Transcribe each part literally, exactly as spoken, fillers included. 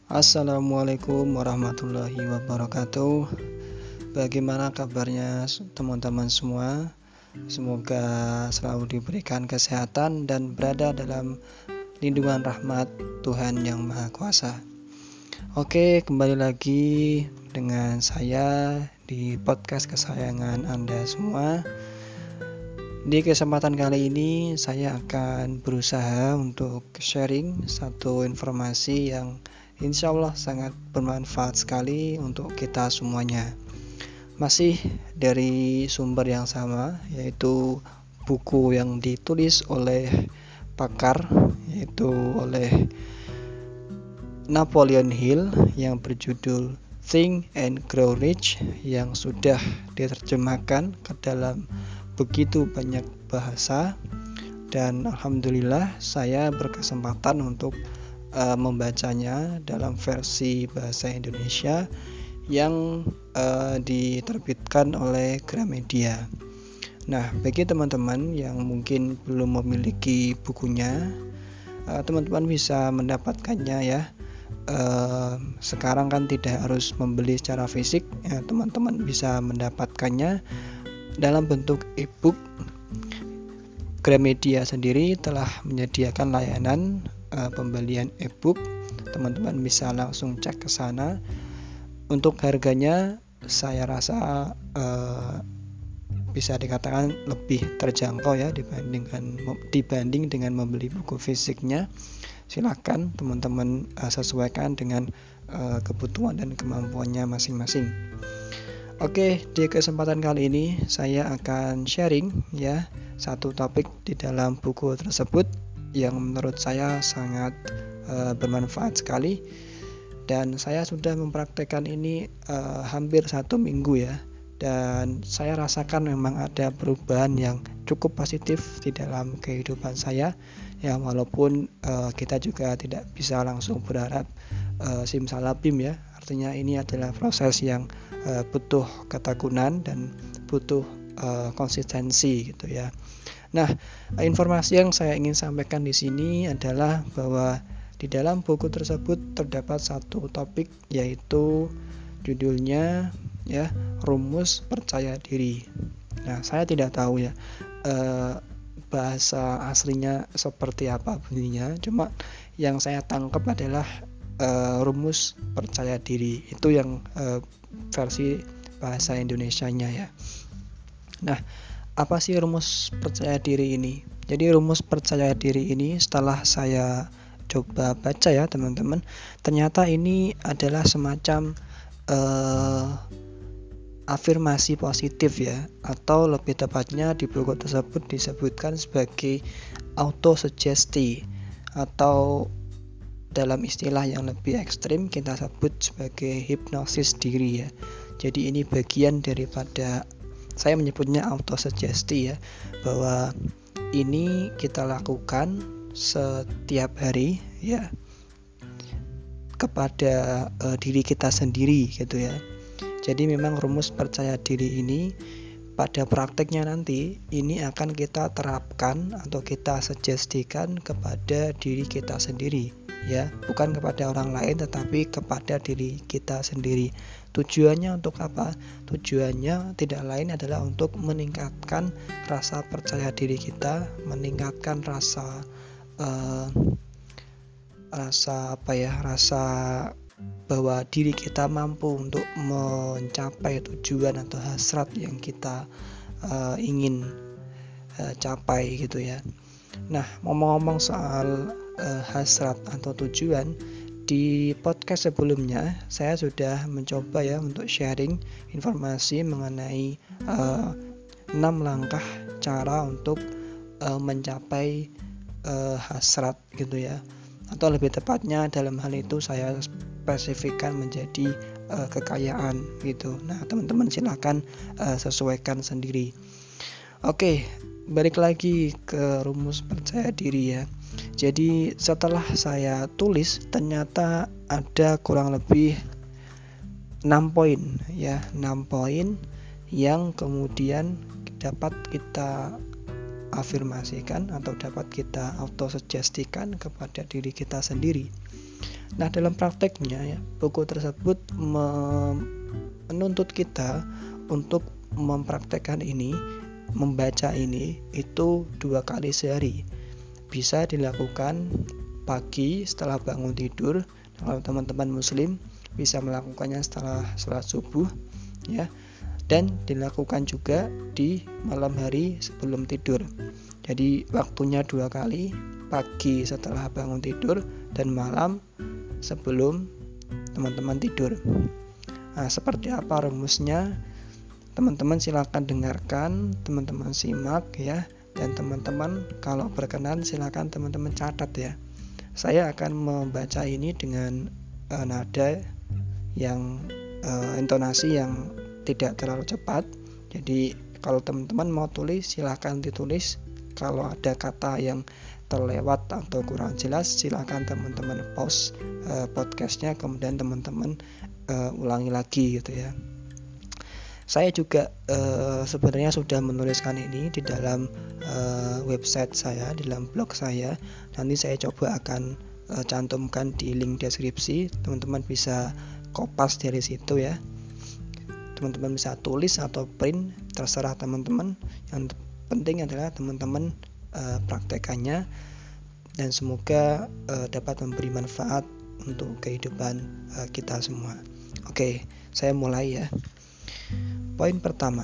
Assalamualaikum warahmatullahi wabarakatuh. Bagaimana kabarnya teman-teman semua? Semoga selalu diberikan kesehatan dan berada dalam lindungan rahmat Tuhan Yang Maha Kuasa. Oke, kembali lagi dengan saya di podcast kesayangan Anda semua. Di kesempatan kali ini saya akan berusaha untuk sharing satu informasi yang insya Allah sangat bermanfaat sekali untuk kita semuanya. Masih dari sumber yang sama, yaitu buku yang ditulis oleh pakar, yaitu oleh Napoleon Hill yang berjudul Think and Grow Rich, yang sudah diterjemahkan ke dalam begitu banyak bahasa, dan alhamdulillah saya berkesempatan untuk uh, membacanya dalam versi bahasa Indonesia yang uh, diterbitkan oleh Gramedia. Nah, bagi teman-teman yang mungkin belum memiliki bukunya, uh, teman-teman bisa mendapatkannya ya. Uh, sekarang kan tidak harus membeli secara fisik, ya, teman-teman bisa mendapatkannya dalam bentuk e-book. Gramedia sendiri telah menyediakan layanan uh, pembelian e-book. Teman-teman bisa langsung cek ke sana. Untuk harganya saya rasa uh, bisa dikatakan lebih terjangkau ya dibandingkan dibanding dengan membeli buku fisiknya. Silakan teman-teman uh, sesuaikan dengan uh, kebutuhan dan kemampuannya masing-masing. Oke, di kesempatan kali ini saya akan sharing ya satu topik di dalam buku tersebut yang menurut saya sangat uh, bermanfaat sekali, dan saya sudah mempraktekkan ini uh, hampir satu minggu ya, dan saya rasakan memang ada perubahan yang cukup positif di dalam kehidupan saya ya, walaupun uh, kita juga tidak bisa langsung berharap uh, simsalabim ya. Artinya ini adalah proses yang uh, butuh ketekunan dan butuh uh, konsistensi gitu ya. Nah, informasi yang saya ingin sampaikan di sini adalah bahwa di dalam buku tersebut terdapat satu topik, yaitu judulnya ya rumus percaya diri. Nah, saya tidak tahu ya uh, bahasa aslinya seperti apa bunyinya, cuma yang saya tangkap adalah Uh, rumus percaya diri, itu yang uh, versi bahasa Indonesianya ya. Nah, apa sih rumus percaya diri ini? Jadi rumus percaya diri ini setelah saya coba baca ya teman-teman, ternyata ini adalah semacam uh, afirmasi positif ya, atau lebih tepatnya di buku tersebut disebutkan sebagai autosugesti, atau dalam istilah yang lebih ekstrim kita sebut sebagai hipnosis diri ya. Jadi ini bagian daripada, saya menyebutnya autosugesti ya, bahwa ini kita lakukan setiap hari ya kepada uh, diri kita sendiri gitu ya. Jadi memang rumus percaya diri ini pada prakteknya nanti ini akan kita terapkan atau kita sugestikan kepada diri kita sendiri ya, bukan kepada orang lain tetapi kepada diri kita sendiri. Tujuannya untuk apa? Tujuannya tidak lain adalah untuk meningkatkan rasa percaya diri kita, meningkatkan rasa uh, rasa apa ya, rasa bahwa diri kita mampu untuk mencapai tujuan atau hasrat yang kita uh, ingin uh, capai gitu ya. Nah, ngomong-ngomong soal uh, hasrat atau tujuan, di podcast sebelumnya saya sudah mencoba ya untuk sharing informasi mengenai uh, enam langkah cara untuk uh, mencapai uh, hasrat gitu ya. Atau lebih tepatnya dalam hal itu saya spesifikkan menjadi uh, kekayaan gitu. Nah, teman-teman silakan uh, sesuaikan sendiri. Oke, balik lagi ke rumus percaya diri ya. Jadi setelah saya tulis ternyata ada kurang lebih enam poin ya, enam poin yang kemudian dapat kita afirmasikan atau dapat kita autosugestikan kepada diri kita sendiri. Nah, dalam prakteknya ya, buku tersebut menuntut kita untuk mempraktekkan ini, membaca ini itu dua kali sehari. Bisa dilakukan pagi setelah bangun tidur. Kalau teman-teman muslim bisa melakukannya setelah sholat subuh ya, dan dilakukan juga di malam hari sebelum tidur. Jadi waktunya dua kali, pagi setelah bangun tidur dan malam sebelum teman-teman tidur. Nah, seperti apa rumusnya? Teman-teman silakan dengarkan, teman-teman simak ya, dan teman-teman kalau berkenan silakan teman-teman catat ya. Saya akan membaca ini dengan uh, nada yang uh, intonasi yang tidak terlalu cepat. Jadi kalau teman-teman mau tulis silakan ditulis. Kalau ada kata yang terlewat atau kurang jelas, silakan teman-teman pause uh, podcastnya, kemudian teman-teman uh, ulangi lagi gitu ya. Saya juga uh, sebenarnya sudah menuliskan ini di dalam uh, website saya, di dalam blog saya. Nanti saya coba akan uh, cantumkan di link deskripsi. Teman-teman bisa kopas dari situ ya. Teman-teman bisa tulis atau print, terserah teman-teman. Yang penting adalah teman-teman uh, praktekannya, dan semoga uh, dapat memberi manfaat untuk kehidupan uh, kita semua. Oke, saya mulai ya. Poin pertama,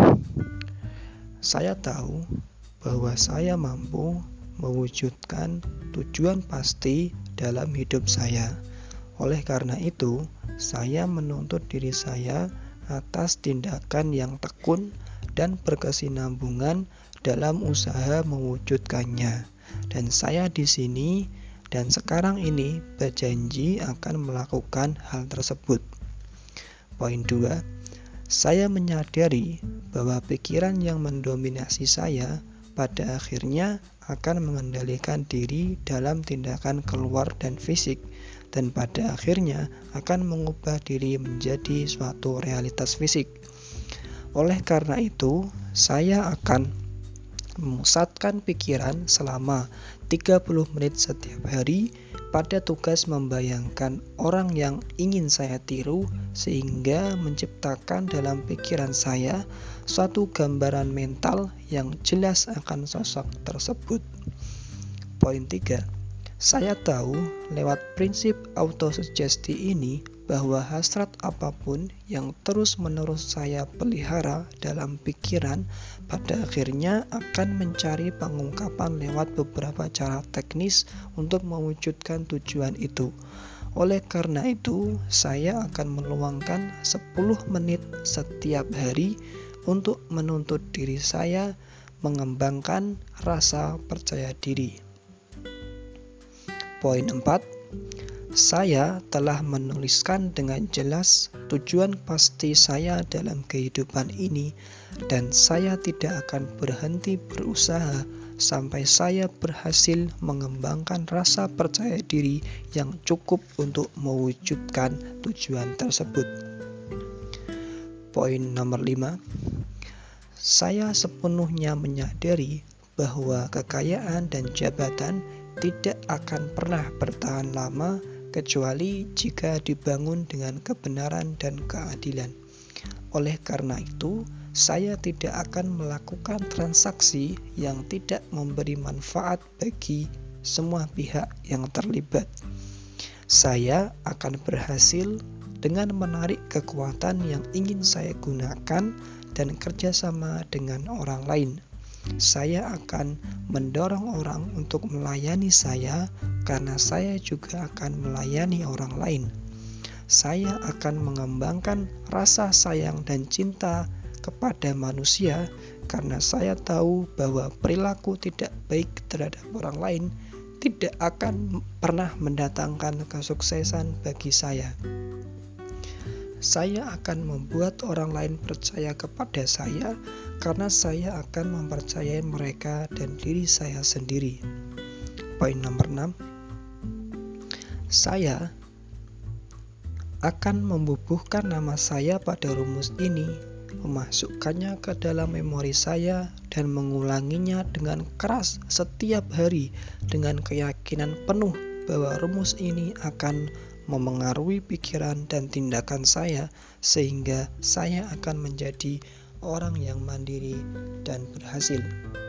saya tahu bahwa saya mampu mewujudkan tujuan pasti dalam hidup saya. Oleh karena itu, saya menuntut diri saya atas tindakan yang tekun dan berkesinambungan dalam usaha mewujudkannya. Dan saya di sini dan sekarang ini berjanji akan melakukan hal tersebut. Poin dua, saya menyadari bahwa pikiran yang mendominasi saya pada akhirnya akan mengendalikan diri dalam tindakan keluar dan fisik, dan pada akhirnya akan mengubah diri menjadi suatu realitas fisik. Oleh karena itu, saya akan memusatkan pikiran selama tiga puluh menit setiap hari pada tugas membayangkan orang yang ingin saya tiru, sehingga menciptakan dalam pikiran saya suatu gambaran mental yang jelas akan sosok tersebut. Poin tiga, saya tahu lewat prinsip autosugesti ini bahwa hasrat apapun yang terus-menerus saya pelihara dalam pikiran pada akhirnya akan mencari pengungkapan lewat beberapa cara teknis untuk mewujudkan tujuan itu. Oleh karena itu, saya akan meluangkan sepuluh menit setiap hari untuk menuntut diri saya mengembangkan rasa percaya diri. Poin empat, saya telah menuliskan dengan jelas tujuan pasti saya dalam kehidupan ini, dan saya tidak akan berhenti berusaha sampai saya berhasil mengembangkan rasa percaya diri yang cukup untuk mewujudkan tujuan tersebut. Poin nomor lima, saya sepenuhnya menyadari bahwa kekayaan dan jabatan tidak akan pernah bertahan lama kecuali jika dibangun dengan kebenaran dan keadilan. Oleh karena itu, saya tidak akan melakukan transaksi yang tidak memberi manfaat bagi semua pihak yang terlibat. Saya akan berhasil dengan menarik kekuatan yang ingin saya gunakan dan kerjasama dengan orang lain. Saya akan mendorong orang untuk melayani saya karena saya juga akan melayani orang lain. Saya akan mengembangkan rasa sayang dan cinta kepada manusia karena saya tahu bahwa perilaku tidak baik terhadap orang lain tidak akan pernah mendatangkan kesuksesan bagi saya. Saya akan membuat orang lain percaya kepada saya karena saya akan mempercayai mereka dan diri saya sendiri. Poin nomor enam, saya akan membubuhkan nama saya pada rumus ini, memasukkannya ke dalam memori saya dan mengulanginya dengan keras setiap hari dengan keyakinan penuh bahwa rumus ini akan memengaruhi pikiran dan tindakan saya sehingga saya akan menjadi orang yang mandiri dan berhasil.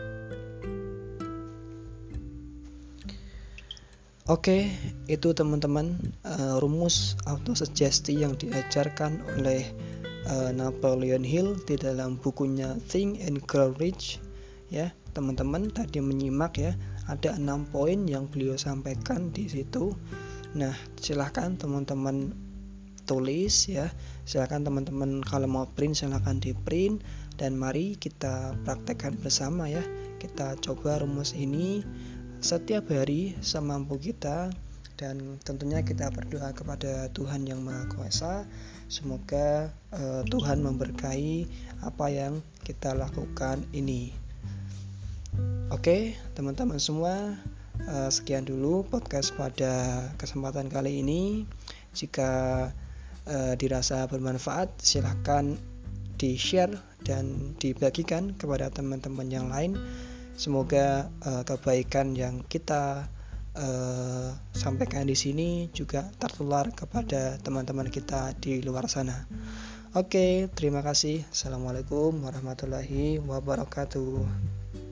Oke, itu teman-teman uh, rumus autosugesti yang diajarkan oleh uh, Napoleon Hill di dalam bukunya Think and Grow Rich. Ya, teman-teman tadi menyimak ya, ada enam poin yang beliau sampaikan di situ. Nah, silahkan teman-teman tulis ya, silahkan teman-teman kalau mau print silahkan di print, dan mari kita praktekkan bersama ya. Kita coba rumus ini setiap hari semampu kita, dan tentunya kita berdoa kepada Tuhan Yang Maha Kuasa. Semoga uh, Tuhan memberkahi apa yang kita lakukan ini. Oke, teman-teman semua, uh, sekian dulu podcast pada kesempatan kali ini. Jika uh, dirasa bermanfaat, silahkan di-share dan dibagikan kepada teman-teman yang lain. Semoga uh, kebaikan yang kita uh, sampaikan di sini juga tertular kepada teman-teman kita di luar sana. Oke, terima kasih. Assalamualaikum warahmatullahi wabarakatuh.